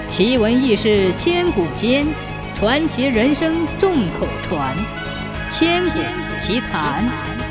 奇闻异事千古间，传奇人生众口传。千古奇谈。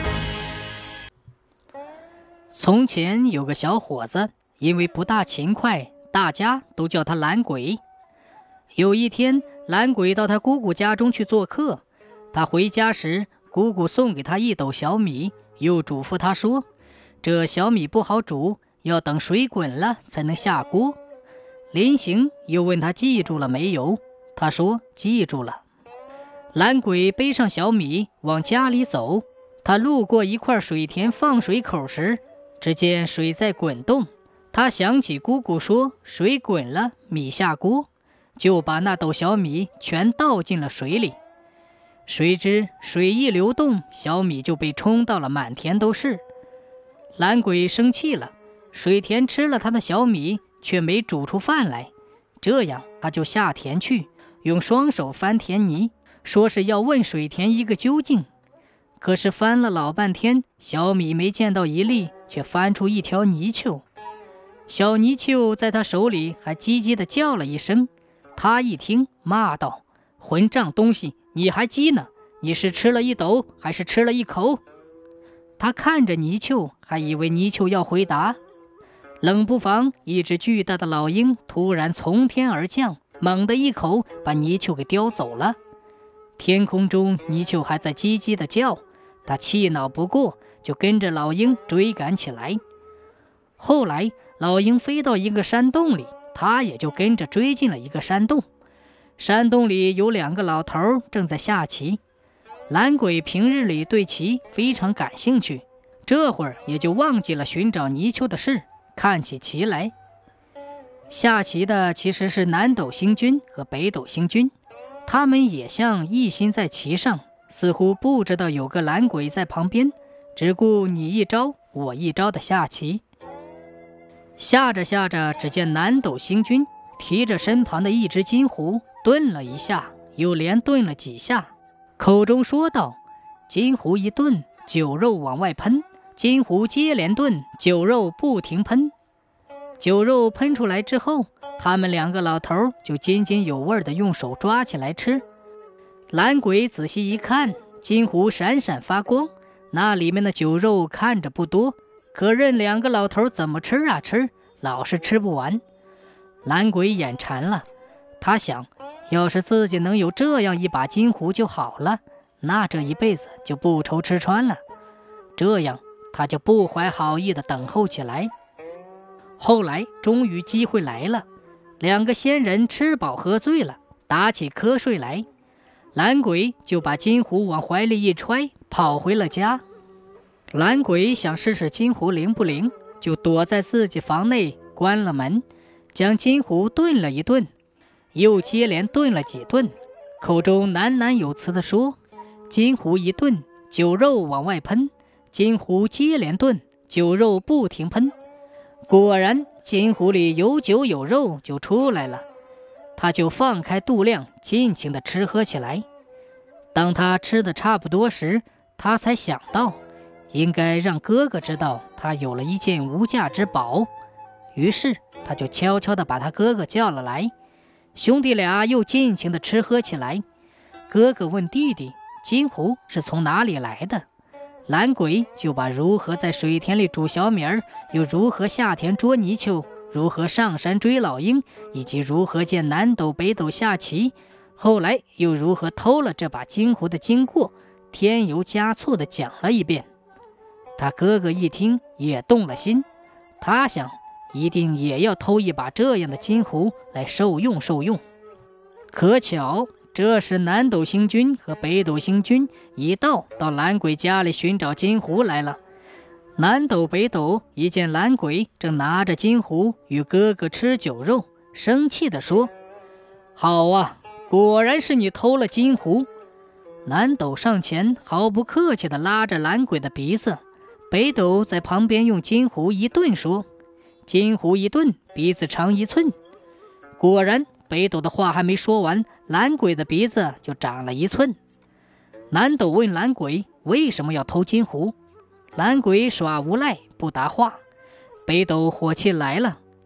从前有个小伙子，因为不大勤快，大家都叫他懒鬼。有一天，懒鬼到他姑姑家中去做客，他回家时，姑姑送给他一斗小米，又嘱咐他说，这小米不好煮，要等水滚了才能下锅。临行又问他记住了没有，他说记住了。懒鬼背上小米往家里走，他路过一块水田放水口时，只见水在滚动，他想起姑姑说水滚了米下锅，就把那斗小米全倒进了水里。谁知水一流动，小米就被冲到了满田都是。懒鬼生气了，水田吃了他的小米，却没煮出饭来，这样他就下田去，用双手翻田泥，说是要问水田一个究竟。可是翻了老半天，小米没见到一粒，却翻出一条泥鳅。小泥鳅在他手里还叽叽地叫了一声，他一听骂道，混账东西，你还鸡呢？你是吃了一斗还是吃了一口？他看着泥鳅，还以为泥鳅要回答。冷不防，一只巨大的老鹰突然从天而降，猛地一口把泥鳅给叼走了。天空中泥鳅还在叽叽地叫，他气恼不过，就跟着老鹰追赶起来。后来老鹰飞到一个山洞里，他也就跟着追进了一个山洞。山洞里有两个老头正在下棋。懒鬼平日里对棋非常感兴趣，这会儿也就忘记了寻找泥鳅的事，看起棋来。下棋的其实是南斗星君和北斗星君，他们也像一心在棋上，似乎不知道有个懒鬼在旁边，只顾你一招我一招的下棋。下着下着，只见南斗星君提着身旁的一只金壶，顿了一下，又连顿了几下，口中说道，金壶一顿，酒肉往外喷，金壶接连顿，酒肉不停喷。酒肉喷出来之后，他们两个老头就津津有味地用手抓起来吃。懒鬼仔细一看，金壶闪闪发光，那里面的酒肉看着不多，可任两个老头怎么吃啊吃，老是吃不完。懒鬼眼馋了，他想，要是自己能有这样一把金壶就好了，那这一辈子就不愁吃穿了。这样他就不怀好意地等候起来。后来终于机会来了，两个仙人吃饱喝醉了，打起瞌睡来。懒鬼就把金壶往怀里一揣，跑回了家。懒鬼想试试金壶灵不灵，就躲在自己房内关了门，将金壶炖了一顿，又接连炖了几顿，口中喃喃有词地说，金壶一炖，酒肉往外喷，金壶接连炖，酒肉不停喷。果然金壶里有酒有肉就出来了，他就放开肚量，尽情地吃喝起来。当他吃得差不多时，他才想到应该让哥哥知道他有了一件无价之宝，于是他就悄悄地把他哥哥叫了来。兄弟俩又尽情地吃喝起来。哥哥问弟弟，金壶是从哪里来的？懒鬼就把如何在水田里煮小米儿，又如何下田捉泥鳅，如何上山追老鹰，以及如何见南斗北斗下棋，后来又如何偷了这把金壶的经过，添油加醋地讲了一遍。他哥哥一听也动了心，他想一定也要偷一把这样的金壶来受用受用。可巧这时南斗星君和北斗星君一道到懒鬼家里寻找金壶来了。南斗北斗一见懒鬼正拿着金壶与哥哥吃酒肉，生气地说，好啊，果然是你偷了金壶。南斗上前毫不客气地拉着懒鬼的鼻子，北斗在旁边用金壶一顿说，金壶一顿，鼻子长1寸。果然北斗的话还没说完，懒鬼的鼻子就长了1寸。南斗问懒鬼为什么要偷金壶，懒鬼耍无赖不答话。北斗火气来了，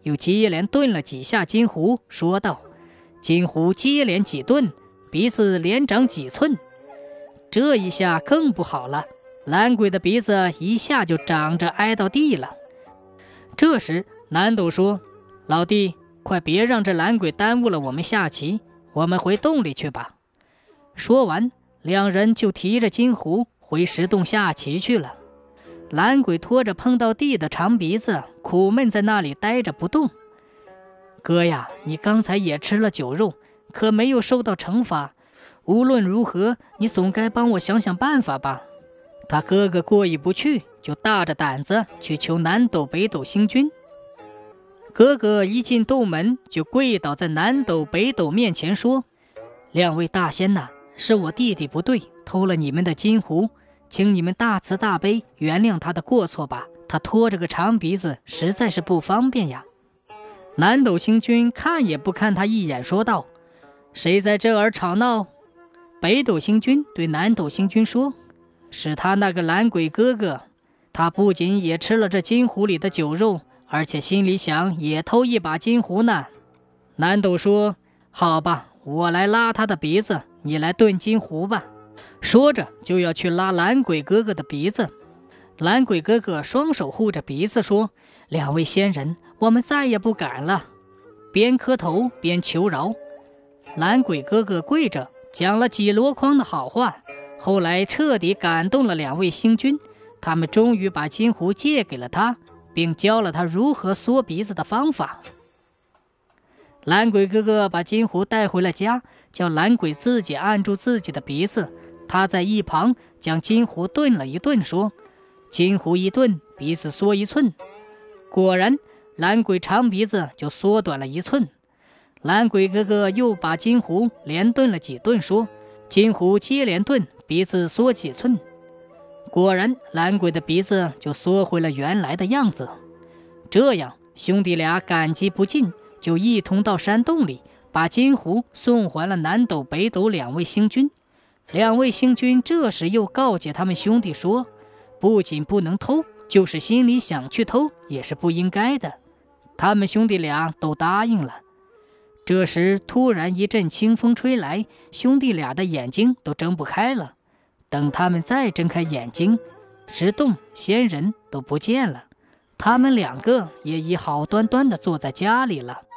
又接连顿了几下金壶，说道：“金壶接连几顿，鼻子连长几寸。”这一下更不好了，懒鬼的鼻子一下就长着挨到地了。这时南斗说：“老弟，快别让这懒鬼耽误了我们下棋，我们回洞里去吧。”说完，两人就提着金壶回石洞下棋去了。懒鬼拖着碰到地的长鼻子，苦闷在那里待着不动。哥呀，你刚才也吃了酒肉，可没有受到惩罚。无论如何，你总该帮我想想办法吧。他哥哥过意不去，就大着胆子去求南斗北斗星君。哥哥一进洞门，就跪倒在南斗北斗面前说：“两位大仙呐，是我弟弟不对，偷了你们的金壶，请你们大慈大悲原谅他的过错吧，他拖着个长鼻子实在是不方便呀。”南斗星君看也不看他一眼，说道：“谁在这儿吵闹？”北斗星君对南斗星君说：“是他那个懒鬼哥哥，他不仅也吃了这金壶里的酒肉，而且心里想也偷一把金壶呢。”南斗说：“好吧，我来拉他的鼻子，你来炖金壶吧。”说着就要去拉懒鬼哥哥的鼻子。懒鬼哥哥双手护着鼻子说：“两位仙人，我们再也不敢了。”边磕头边求饶。懒鬼哥哥跪着讲了几箩筐的好话，后来彻底感动了两位星君，他们终于把金壶借给了他，并教了他如何缩鼻子的方法。懒鬼哥哥把金壶带回了家，叫懒鬼自己按住自己的鼻子，他在一旁将金壶炖了一炖，说：“金壶一炖，鼻子缩1寸。”果然，懒鬼长鼻子就缩短了1寸。懒鬼哥哥又把金壶连炖了几顿，说：“金壶接连炖，鼻子缩几寸。”果然，懒鬼的鼻子就缩回了原来的样子。这样，兄弟俩感激不尽，就一同到山洞里，把金壶送还了南斗北斗两位星君。两位星君这时又告诫他们兄弟说：“不仅不能偷，就是心里想去偷也是不应该的。”他们兄弟俩都答应了。这时突然一阵清风吹来，兄弟俩的眼睛都睁不开了。等他们再睁开眼睛，石洞仙人都不见了，他们两个也已好端端地坐在家里了。